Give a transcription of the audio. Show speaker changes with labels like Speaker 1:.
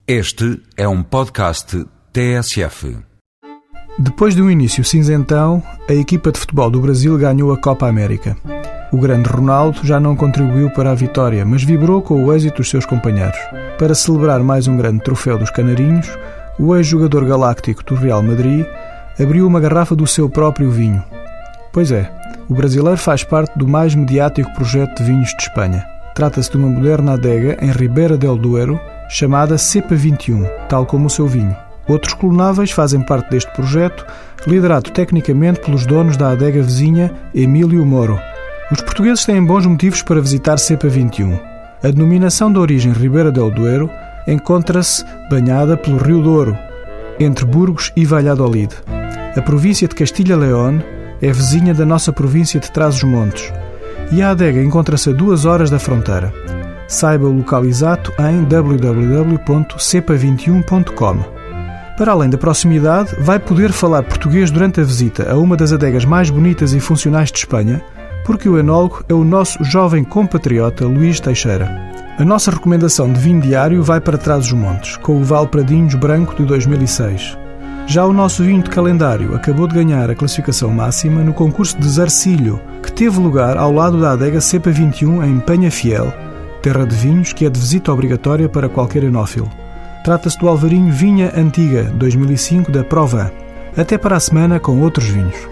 Speaker 1: Este é um podcast TSF.
Speaker 2: Depois de um início cinzentão, a equipa de futebol do Brasil ganhou a Copa América. O grande Ronaldo já não contribuiu para a vitória, mas vibrou com o êxito dos seus companheiros. Para celebrar mais um grande troféu dos canarinhos, o ex-jogador galáctico do Real Madrid abriu uma garrafa do seu próprio vinho. Pois é, o brasileiro faz parte do mais mediático projeto de vinhos de Espanha. Trata-se de uma moderna adega em Ribera del Duero, chamada Cepa 21, tal como o seu vinho. Outros clonáveis fazem parte deste projeto, liderado tecnicamente pelos donos da adega vizinha Emílio Moro. Os portugueses têm bons motivos para visitar Cepa 21. A denominação de origem Ribera del Duero encontra-se banhada pelo Rio Douro, entre Burgos e Valladolid. A província de Castilha-León é vizinha da nossa província de Trás-os-Montes e a adega encontra-se a 2 horas da fronteira. Saiba o local exato em www.cepa21.com. Para além da proximidade, vai poder falar português durante a visita a uma das adegas mais bonitas e funcionais de Espanha, porque o enólogo é o nosso jovem compatriota Luís Teixeira. A nossa recomendação de vinho diário vai para Trás-os-Montes, com o Val Pradinhos Branco de 2006. Já o nosso vinho de calendário acabou de ganhar a classificação máxima no concurso de Zarcilho, que teve lugar ao lado da adega Cepa 21 em Peñafiel, terra de vinhos que é de visita obrigatória para qualquer enófilo. Trata-se do Alvarinho Vinha Antiga 2005 da Provin. Até para a semana com outros vinhos.